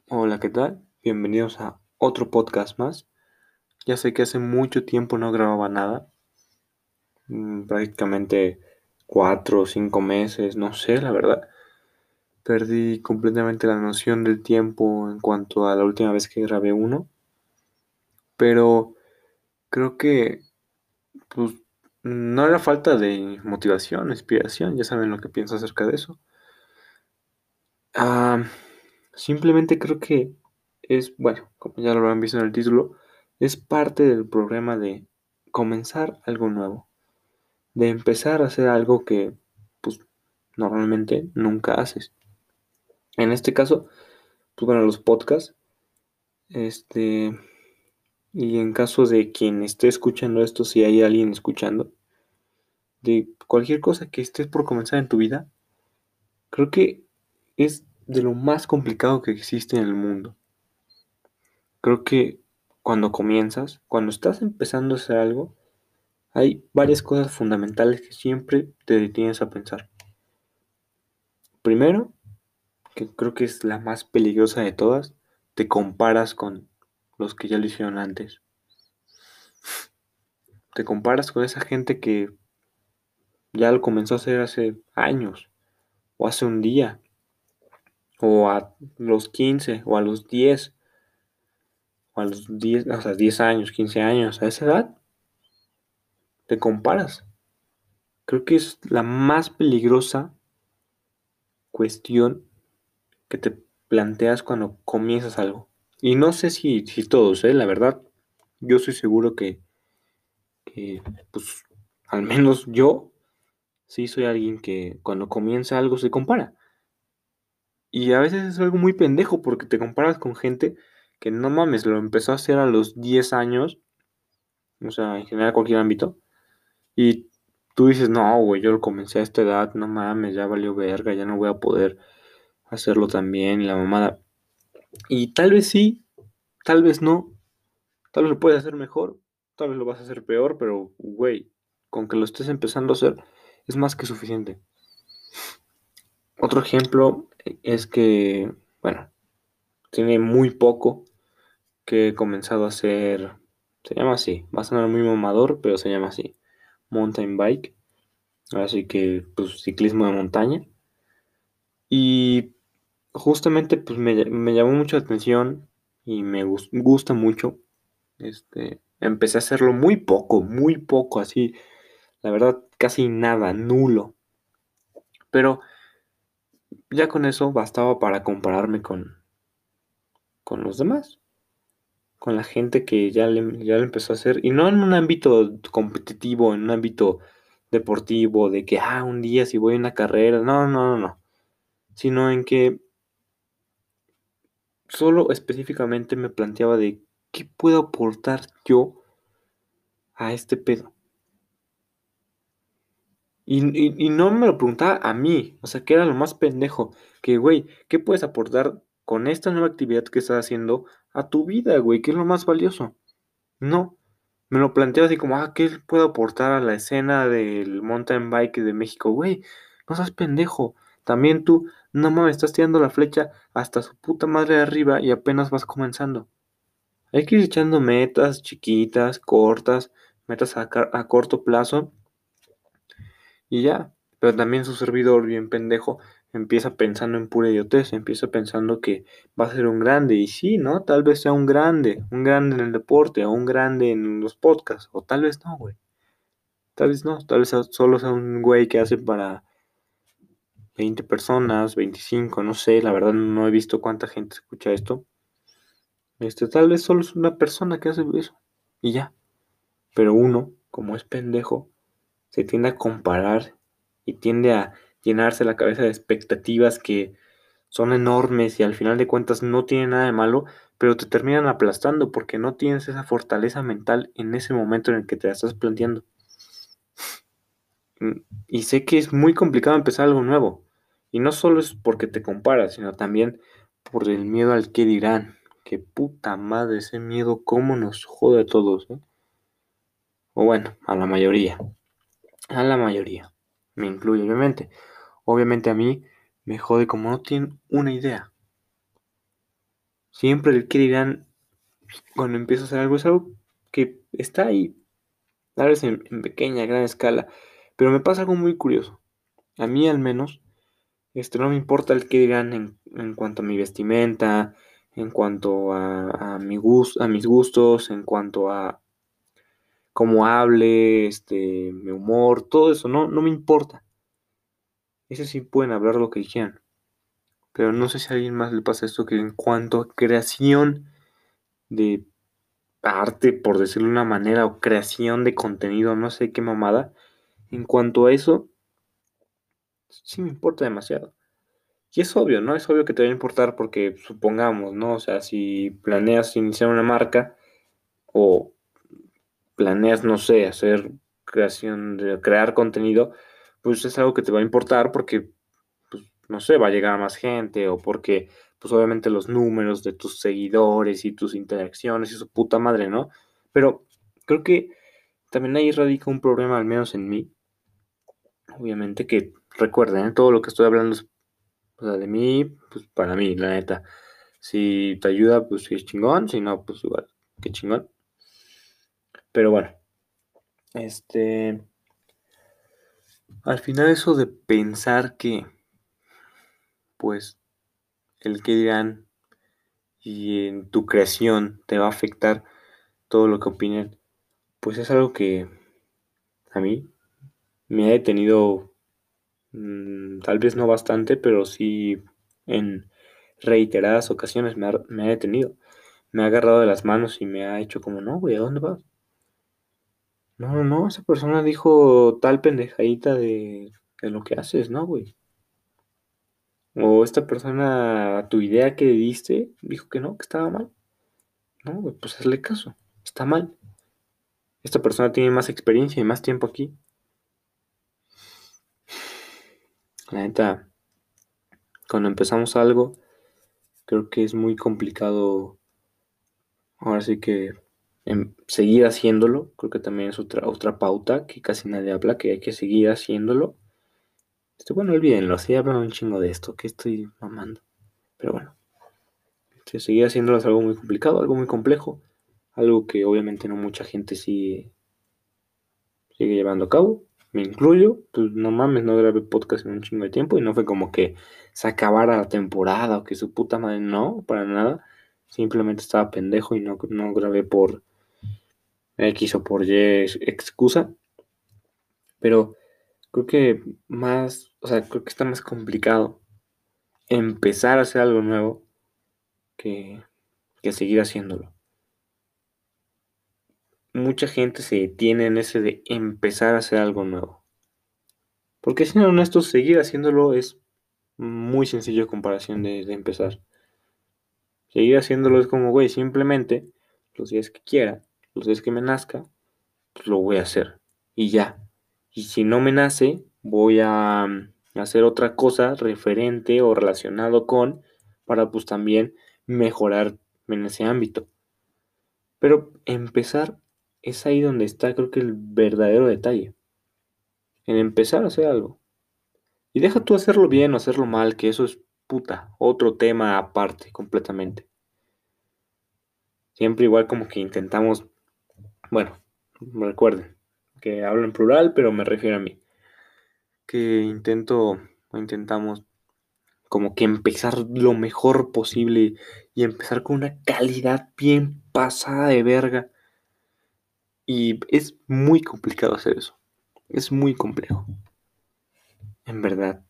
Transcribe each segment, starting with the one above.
Hola, ¿qué tal? Bienvenidos a otro podcast más. Ya sé que hace mucho tiempo no grababa nada, prácticamente 4 o 5 meses, no sé, la verdad. Perdí completamente la noción del tiempo en cuanto a la última vez que grabé uno, pero creo que pues, no era falta de motivación, inspiración, ya saben lo que pienso acerca de eso. Ah, Simplemente creo que bueno, como ya lo habrán visto en el título, es parte del programa de comenzar algo nuevo, de empezar a hacer algo que, pues, normalmente nunca haces. En este caso, pues bueno, los podcasts, este, y en caso de quien esté escuchando esto, si hay alguien escuchando, de cualquier cosa que estés por comenzar en tu vida, creo que es de lo más complicado que existe en el mundo. Creo que cuando estás empezando a hacer algo, hay varias cosas fundamentales que siempre te detienes a pensar. Primero, que creo que es la más peligrosa de todas, te comparas con los que ya lo hicieron antes. Te comparas con esa gente que ya lo comenzó a hacer hace años, o hace un día, o a los 15 o a los 10 o a los 10 o sea, 10 años, 15 años, a esa edad, te comparas. Creo que es la más peligrosa cuestión que te planteas cuando comienzas algo. Y no sé si todos, la verdad, yo estoy seguro que, pues, al menos yo, sí soy alguien que cuando comienza algo se compara. Y a veces es algo muy pendejo porque te comparas con gente que no mames, lo empezó a hacer a los 10 años, o sea, en general cualquier ámbito, y tú dices, no, güey, yo lo comencé a esta edad, no mames, ya valió verga, ya no voy a poder hacerlo tan bien, y la mamada. Y tal vez sí, tal vez no, tal vez lo puedes hacer mejor, tal vez lo vas a hacer peor, pero, güey, con que lo estés empezando a hacer es más que suficiente. Otro ejemplo es que, bueno, tiene muy poco que he comenzado a hacer, se llama así, va a sonar muy mamador, pero se llama así, mountain bike, así que, pues, ciclismo de montaña. Y justamente, pues, me llamó mucho la atención y me gusta mucho. Empecé a hacerlo muy poco, así, la verdad, casi nada, nulo. Pero ya con eso bastaba para compararme con los demás, con la gente que ya le empezó a hacer, y no en un ámbito competitivo, en un ámbito deportivo, de que, un día si voy a una carrera, no, no, no, no, sino en que solo específicamente me planteaba de qué puedo aportar yo a este pedo. Y no me lo preguntaba a mí, o sea, que era lo más pendejo, que, güey, ¿qué puedes aportar con esta nueva actividad que estás haciendo a tu vida, güey? ¿Qué es lo más valioso? No, me lo planteo así como, ¿qué puedo aportar a la escena del mountain bike de México? Güey, no seas pendejo. También tú, no mames, estás tirando la flecha hasta su puta madre de arriba y apenas vas comenzando. Hay que ir echando metas chiquitas, cortas, metas a corto plazo y ya. Pero también su servidor, bien pendejo, empieza pensando en pura idiotez, empieza pensando que va a ser un grande. Y sí, ¿no? Tal vez sea un grande en el deporte, o un grande en los podcasts, o tal vez no, güey. Tal vez no, tal vez solo sea un güey que hace para 20 personas, 25, no sé, la verdad no he visto cuánta gente escucha esto. Tal vez solo es una persona que hace eso, y ya. Pero uno, como es pendejo, se tiende a comparar y tiende a llenarse la cabeza de expectativas que son enormes y al final de cuentas no tienen nada de malo, pero te terminan aplastando porque no tienes esa fortaleza mental en ese momento en el que te la estás planteando. Y sé que es muy complicado empezar algo nuevo. Y no solo es porque te comparas, sino también por el miedo al que dirán. Que puta madre, ese miedo cómo nos jode a todos, ¿eh? O bueno, a la mayoría. A la mayoría. Me incluye, obviamente. Obviamente a mí me jode como no tienen una idea. Siempre el que dirán cuando empiezo a hacer algo es algo que está ahí, tal vez en pequeña, gran escala, pero me pasa algo muy curioso. A mí al menos, no me importa el que dirán en cuanto a mi vestimenta, en cuanto a a mis gustos, en cuanto a cómo hable, mi humor, todo eso, no me importa. Ese sí pueden hablar lo que quieran. Pero no sé si a alguien más le pasa esto, que en cuanto a creación de arte, por decirlo de una manera, o creación de contenido, no sé qué mamada, en cuanto a eso, sí me importa demasiado. Y es obvio, ¿no? Es obvio que te va a importar porque supongamos, ¿no? O sea, si planeas iniciar una marca o planeas, no sé, hacer crear contenido, pues es algo que te va a importar porque, pues, no sé, va a llegar a más gente o porque, pues obviamente los números de tus seguidores y tus interacciones y su puta madre, ¿no? Pero creo que también ahí radica un problema, al menos en mí. Obviamente que recuerden, ¿eh? Todo lo que estoy hablando es, o sea, de mí, pues para mí, la neta. Si te ayuda, pues sí es chingón, si no, pues igual, qué chingón. Pero bueno, este, al final eso de pensar que, pues, el que dirán y en tu creación te va a afectar todo lo que opinen, pues es algo que a mí me ha detenido, tal vez no bastante, pero sí en reiteradas ocasiones me ha detenido. Me ha agarrado de las manos y me ha hecho como, no, güey, ¿a dónde vas? No, esa persona dijo tal pendejadita de lo que haces, ¿no, güey? O esta persona, tu idea que diste, dijo que no, que estaba mal. No, güey, pues hazle caso, está mal. Esta persona tiene más experiencia y más tiempo aquí. La neta, cuando empezamos algo, creo que es muy complicado, ahora sí que seguir haciéndolo. Creo que también es otra pauta que casi nadie habla, que hay que seguir haciéndolo. Bueno, olvídenlo, así hablan un chingo de esto, que estoy mamando. Pero bueno, seguir haciéndolo es algo muy complicado, algo muy complejo, algo que obviamente no mucha gente sigue llevando a cabo. Me incluyo, pues no mames, no grabé podcast en un chingo de tiempo y no fue como que se acabara la temporada o que su puta madre, no, para nada. Simplemente estaba pendejo y no grabé por X o por Y excusa. Pero creo que más, o sea, creo que está más complicado empezar a hacer algo nuevo que, que seguir haciéndolo. Mucha gente se detiene en ese de empezar a hacer algo nuevo. Porque siendo honestos, seguir haciéndolo es muy sencillo en comparación de empezar. Seguir haciéndolo es como, güey, simplemente los días que quiera, los días que me nazca, pues lo voy a hacer. Y ya. Y si no me nace, voy a hacer otra cosa referente o relacionado con, para pues también mejorar en ese ámbito. Pero empezar es ahí donde está, creo que el verdadero detalle. En empezar a hacer algo. Y deja tú hacerlo bien o hacerlo mal, que eso es puta, otro tema aparte completamente. Siempre igual como que intentamos, bueno, recuerden que hablo en plural, pero me refiero a mí, que intento o intentamos como que empezar lo mejor posible y empezar con una calidad bien pasada de verga. Y es muy complicado hacer eso. Es muy complejo, en verdad.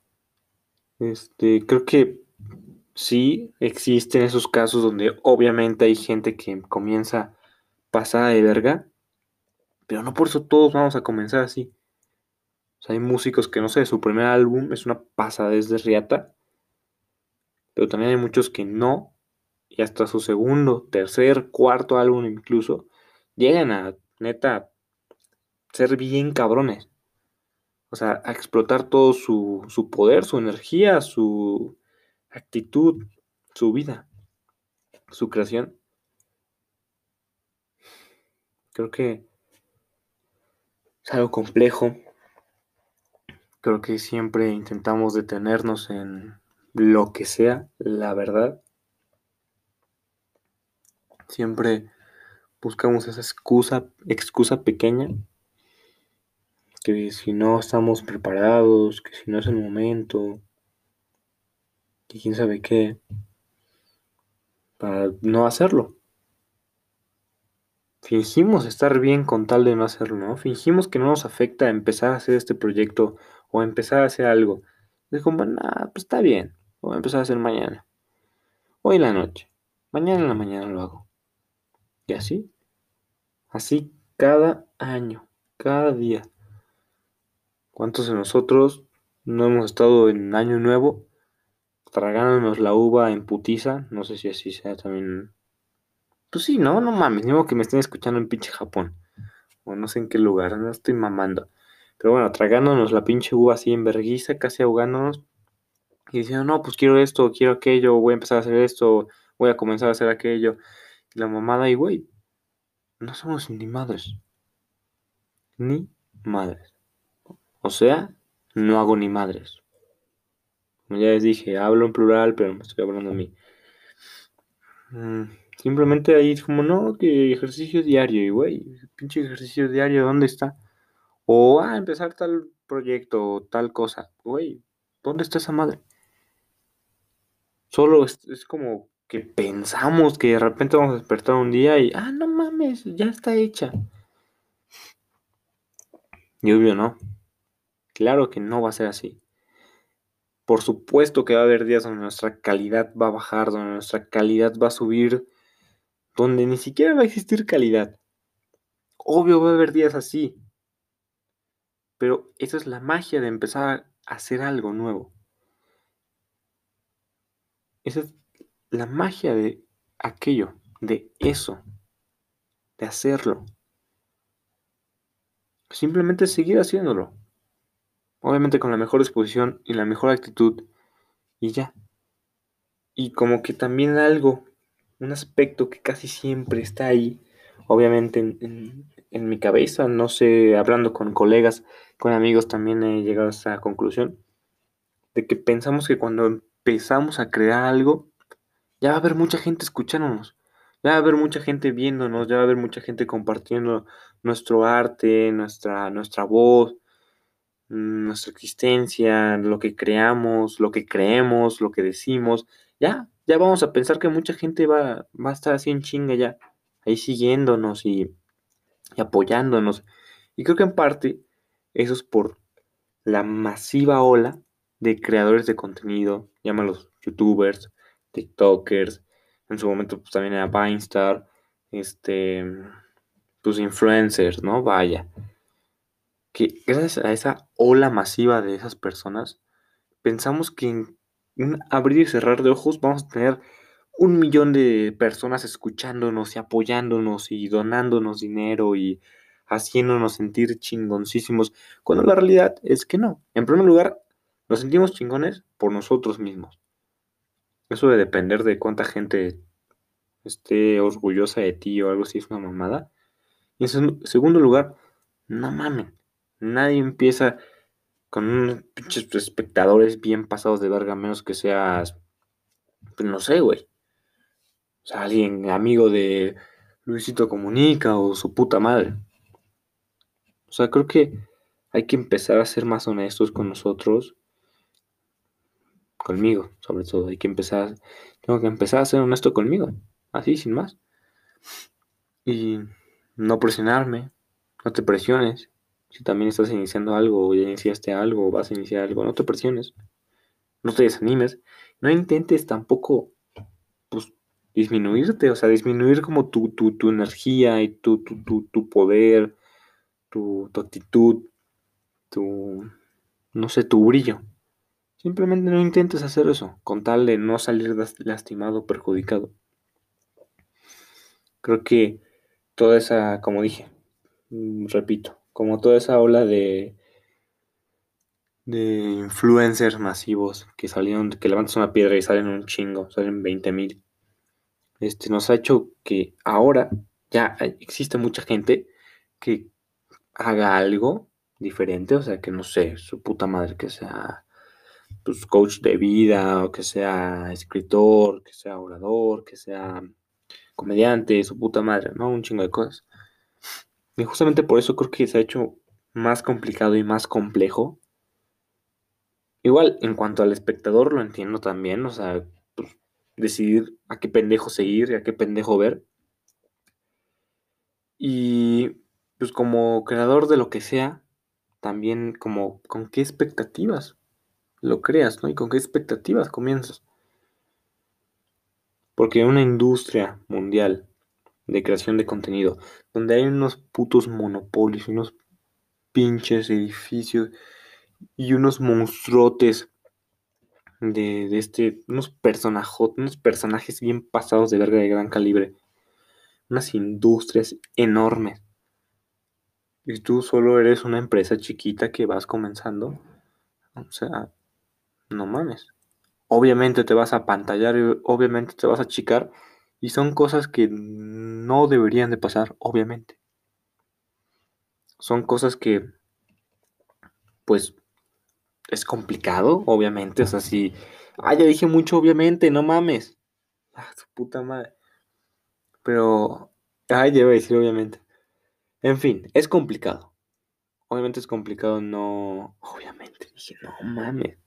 Creo que sí existen esos casos donde obviamente hay gente que comienza pasada de verga, pero no por eso todos vamos a comenzar así. O sea, hay músicos que, no sé, su primer álbum es una pasadez de riata, pero también hay muchos que no, y hasta su segundo, tercer, cuarto álbum incluso, llegan a, neta, ser bien cabrones. O sea, a explotar todo su poder, su energía, su actitud, su vida, su creación. Creo que es algo complejo. Creo que siempre intentamos detenernos en lo que sea, la verdad. Siempre buscamos esa excusa pequeña, que si no estamos preparados, que si no es el momento, que quién sabe qué, para no hacerlo. Fingimos estar bien con tal de no hacerlo, ¿no? Fingimos que no nos afecta empezar a hacer este proyecto o empezar a hacer algo. Es como, nah, pues está bien, lo voy a empezar a hacer mañana, hoy en la noche, mañana en la mañana lo hago. Y así cada año, cada día. ¿Cuántos de nosotros no hemos estado en Año Nuevo tragándonos la uva en putiza? No sé si así sea también. Pues sí, no, no mames, ni modo que me estén escuchando en pinche Japón. O no sé en qué lugar, no estoy mamando. Pero bueno, tragándonos la pinche uva así en vergüenza, casi ahogándonos. Y diciendo, no, pues quiero esto, quiero aquello, voy a empezar a hacer esto, voy a comenzar a hacer aquello. Y la mamada, y güey, no somos ni madres. Ni madres. O sea, no hago ni madres. Como ya les dije, hablo en plural, pero me estoy hablando a mí. Mm, Simplemente ahí es como, no, que ejercicio diario, y güey, pinche ejercicio diario, ¿dónde está? O, empezar tal proyecto o tal cosa, güey, ¿dónde está esa madre? Solo es como que pensamos que de repente vamos a despertar un día y, no mames, ya está hecha. Y obvio, no. Claro que no va a ser así. Por supuesto que va a haber días donde nuestra calidad va a bajar, donde nuestra calidad va a subir, donde ni siquiera va a existir calidad. Obvio va a haber días así, pero esa es la magia de empezar a hacer algo nuevo. Esa es la magia de aquello, de eso, de hacerlo. Simplemente seguir haciéndolo. Obviamente con la mejor disposición y la mejor actitud y ya. Y como que también algo, un aspecto que casi siempre está ahí, obviamente en mi cabeza, no sé, hablando con colegas, con amigos también he llegado a esa conclusión, de que pensamos que cuando empezamos a crear algo, ya va a haber mucha gente escuchándonos, ya va a haber mucha gente viéndonos, ya va a haber mucha gente compartiendo nuestro arte, nuestra voz, nuestra existencia, lo que creamos, lo que creemos, lo que decimos. Ya vamos a pensar que mucha gente va a estar así en chinga ya, ahí siguiéndonos y apoyándonos. Y creo que en parte eso es por la masiva ola de creadores de contenido, llámalos youtubers, tiktokers, en su momento pues también era Vinestar, pues influencers, ¿no? Vaya, que gracias a esa ola masiva de esas personas, pensamos que en un abrir y cerrar de ojos vamos a tener 1 millón de personas escuchándonos y apoyándonos y donándonos dinero y haciéndonos sentir chingoncísimos, cuando la realidad es que no. En primer lugar, nos sentimos chingones por nosotros mismos. Eso de depender de cuánta gente esté orgullosa de ti o algo así es una mamada. Y en segundo lugar, no mamen, nadie empieza con unos pinches espectadores bien pasados de verga, a menos que seas, pues no sé, güey. O sea, alguien amigo de Luisito Comunica o su puta madre. O sea, creo que hay que empezar a ser más honestos con nosotros, conmigo, sobre todo. Tengo que empezar a ser honesto conmigo, así, sin más. Y no presionarme, no te presiones. Si también estás iniciando algo, o ya iniciaste algo, o vas a iniciar algo, no te presiones, no te desanimes. No intentes tampoco, pues, disminuirte, o sea, disminuir como tu energía y tu poder, tu actitud, tu, no sé, tu brillo. Simplemente no intentes hacer eso, con tal de no salir lastimado o perjudicado. Creo que toda esa, como dije, repito, como toda esa ola de influencers masivos que salieron, que levantas una piedra y salen un chingo, salen 20,000, nos ha hecho que ahora ya existe mucha gente que haga algo diferente, o sea, que no sé, su puta madre, que sea pues, coach de vida, o que sea escritor, que sea orador, que sea comediante, su puta madre, ¿no? Un chingo de cosas. Y justamente por eso creo que se ha hecho más complicado y más complejo. Igual, en cuanto al espectador, lo entiendo también, o sea, pues, decidir a qué pendejo seguir y a qué pendejo ver. Y pues como creador de lo que sea, también como con qué expectativas lo creas, ¿no? Y con qué expectativas comienzas. Porque una industria mundial de creación de contenido, donde hay unos putos monopolios, unos pinches edificios y unos monstruotes unos personajes bien pasados de verga de gran calibre, unas industrias enormes. Y tú solo eres una empresa chiquita que vas comenzando. O sea, no mames. Obviamente te vas a pantallar y obviamente te vas a achicar. Y son cosas que no deberían de pasar, obviamente. Son cosas que, pues, es complicado, obviamente. O sea, si... Ah, ya dije mucho, obviamente, no mames. Ah, su puta madre. Pero... Ay, ya iba a decir, obviamente. En fin, es complicado. Obviamente es complicado, no... Obviamente, dije, no mames.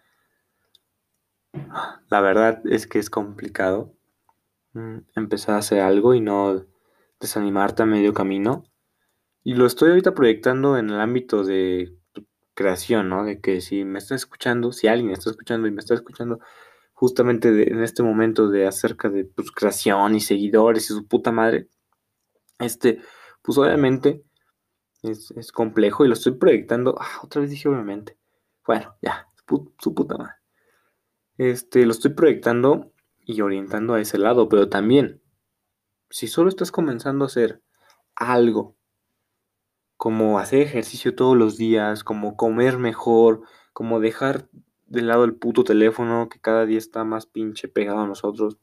La verdad es que es complicado empezar a hacer algo y no desanimarte a medio camino. Y lo estoy ahorita proyectando en el ámbito de creación, ¿no? De que si me está escuchando, si alguien está escuchando y me está escuchando justamente en este momento de acerca de pues, creación y seguidores y su puta madre, este, pues obviamente es complejo y lo estoy proyectando. Ah, otra vez dije obviamente. Bueno, ya, su puta madre. Lo estoy proyectando y orientando a ese lado, pero también, si solo estás comenzando a hacer algo, como hacer ejercicio todos los días, como comer mejor, como dejar de lado el puto teléfono que cada día está más pinche pegado a nosotros.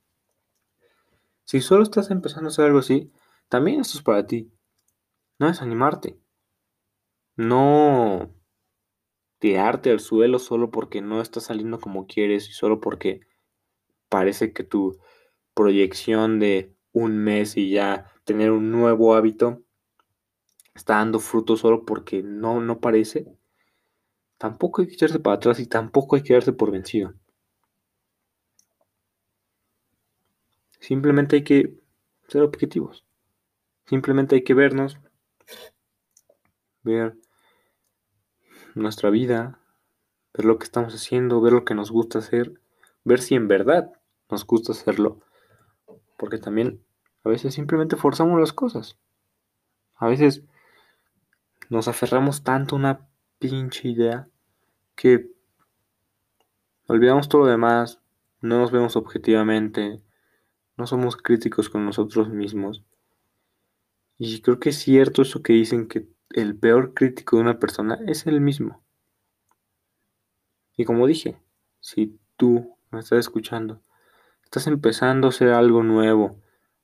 Si solo estás empezando a hacer algo así, también esto es para ti. No desanimarte. No tirarte al suelo solo porque no está saliendo como quieres y solo porque parece que tu proyección de un mes y ya tener un nuevo hábito está dando fruto solo porque no parece. Tampoco hay que echarse para atrás y tampoco hay que darse por vencido. Simplemente hay que ser objetivos. Simplemente hay que vernos, ver nuestra vida, ver lo que estamos haciendo, ver lo que nos gusta hacer, ver si en verdad nos gusta hacerlo. Porque también a veces simplemente forzamos las cosas. A veces nos aferramos tanto a una pinche idea que olvidamos todo lo demás, no nos vemos objetivamente, no somos críticos con nosotros mismos. Y creo que es cierto eso que dicen que el peor crítico de una persona es él mismo. Y como dije, si tú me estás escuchando, estás empezando a hacer algo nuevo,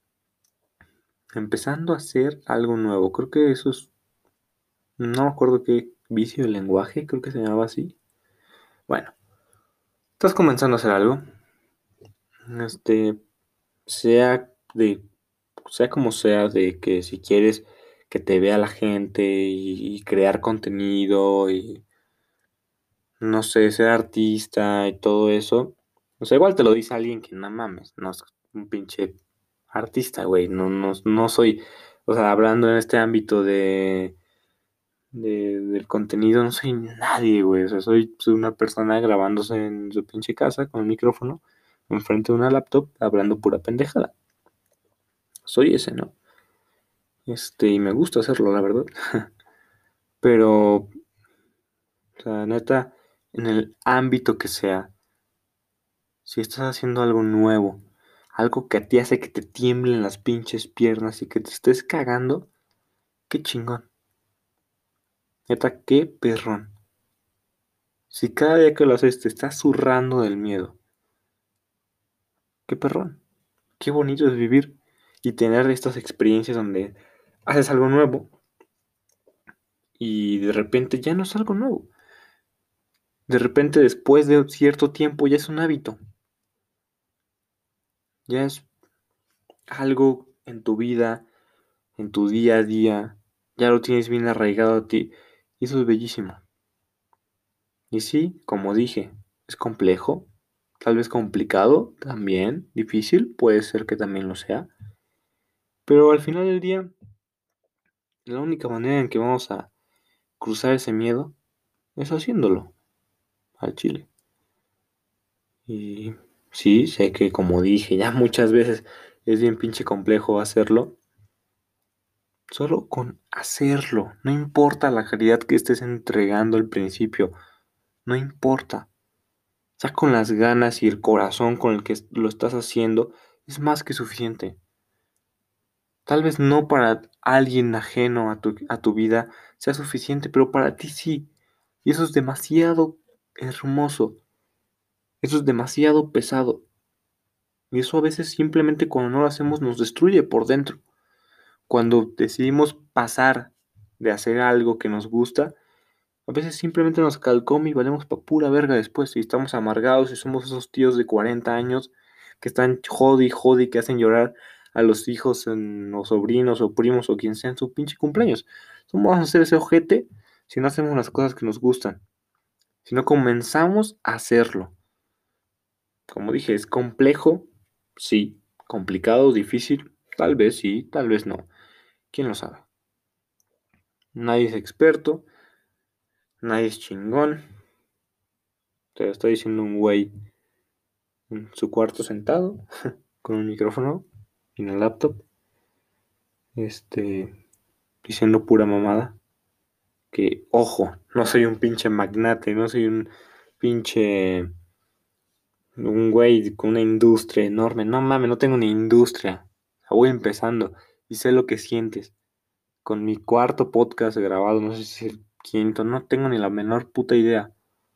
creo que eso es, no me acuerdo qué vicio del lenguaje, creo que se llamaba así. Bueno, estás comenzando a hacer algo, este, sea de, sea como sea, de que si quieres que te vea la gente y crear contenido y no sé, ser artista y todo eso. O sea, igual te lo dice alguien que no mames, no es un pinche artista, güey. No soy, o sea, hablando en este ámbito del contenido, no soy nadie, güey. O sea, soy una persona grabándose en su pinche casa con un micrófono enfrente de una laptop hablando pura pendejada. Soy ese, ¿no? Y me gusta hacerlo, la verdad. Pero, o sea, neta, en el ámbito que sea, si estás haciendo algo nuevo, algo que a ti hace que te tiemblen las pinches piernas y que te estés cagando, qué chingón. Neta, qué perrón. Si cada día que lo haces te estás zurrando del miedo, qué perrón. Qué bonito es vivir y tener estas experiencias donde haces algo nuevo y de repente ya no es algo nuevo. De repente después de cierto tiempo ya es un hábito. Ya es algo en tu vida, en tu día a día, ya lo tienes bien arraigado a ti. Y eso es bellísimo. Y sí, como dije, es complejo, tal vez complicado también, difícil, puede ser que también lo sea. Pero al final del día, la única manera en que vamos a cruzar ese miedo es haciéndolo al chile. Y sí, sé que como dije ya muchas veces es bien pinche complejo hacerlo. Solo con hacerlo, no importa la calidad que estés entregando al principio, no importa. Ya con las ganas y el corazón con el que lo estás haciendo, es más que suficiente. Tal vez no para alguien ajeno a tu vida sea suficiente, pero para ti sí. Y eso es demasiado hermoso. Eso es demasiado pesado. Y eso a veces simplemente cuando no lo hacemos nos destruye por dentro. Cuando decidimos pasar de hacer algo que nos gusta, a veces simplemente nos calcome y valemos pa' pura verga después. Y estamos amargados y somos esos tíos de 40 años que están jodi y jodi, que hacen llorar a los hijos o sobrinos o primos o quien sea en su pinche cumpleaños. ¿Cómo vamos a hacer ese ojete si no hacemos las cosas que nos gustan? Si no comenzamos a hacerlo. Como dije, es complejo, sí. Complicado, difícil, tal vez sí, tal vez no. ¿Quién lo sabe? Nadie es experto, nadie es chingón. Te lo está diciendo un güey en su cuarto sentado, con un micrófono y una laptop, diciendo pura mamada. Que, ojo, no soy un pinche magnate, no soy un güey con una industria enorme. No mames, no tengo ni industria. Voy empezando y sé lo que sientes. Con mi cuarto podcast grabado, no sé si es el quinto, no tengo ni la menor puta idea.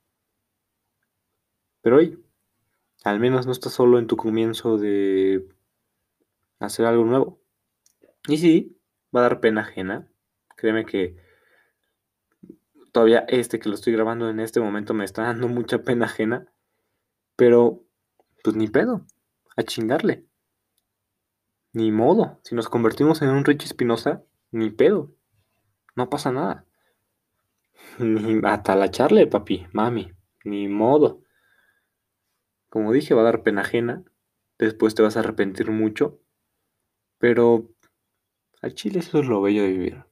Pero hoy, al menos no estás solo en tu comienzo de hacer algo nuevo. Y sí, va a dar pena ajena. Créeme que todavía que lo estoy grabando en este momento me está dando mucha pena ajena. Pero, pues ni pedo. A chingarle. Ni modo. Si nos convertimos en un Richie Espinosa, ni pedo. No pasa nada. Ni hasta la charle, papi, mami. Ni modo. Como dije, va a dar pena ajena. Después te vas a arrepentir mucho. Pero al chile eso es lo bello de vivir.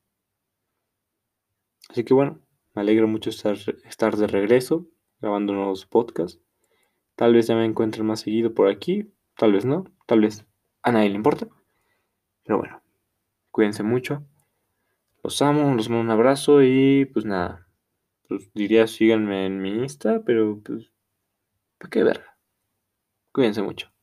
Así que bueno, me alegra mucho estar de regreso grabando nuevos podcasts. Tal vez ya me encuentren más seguido por aquí, tal vez no, tal vez a nadie le importa. Pero bueno, cuídense mucho. Los amo, los mando un abrazo y pues nada. Pues diría síganme en mi Insta, pero pues, ¿para qué ver? Cuídense mucho.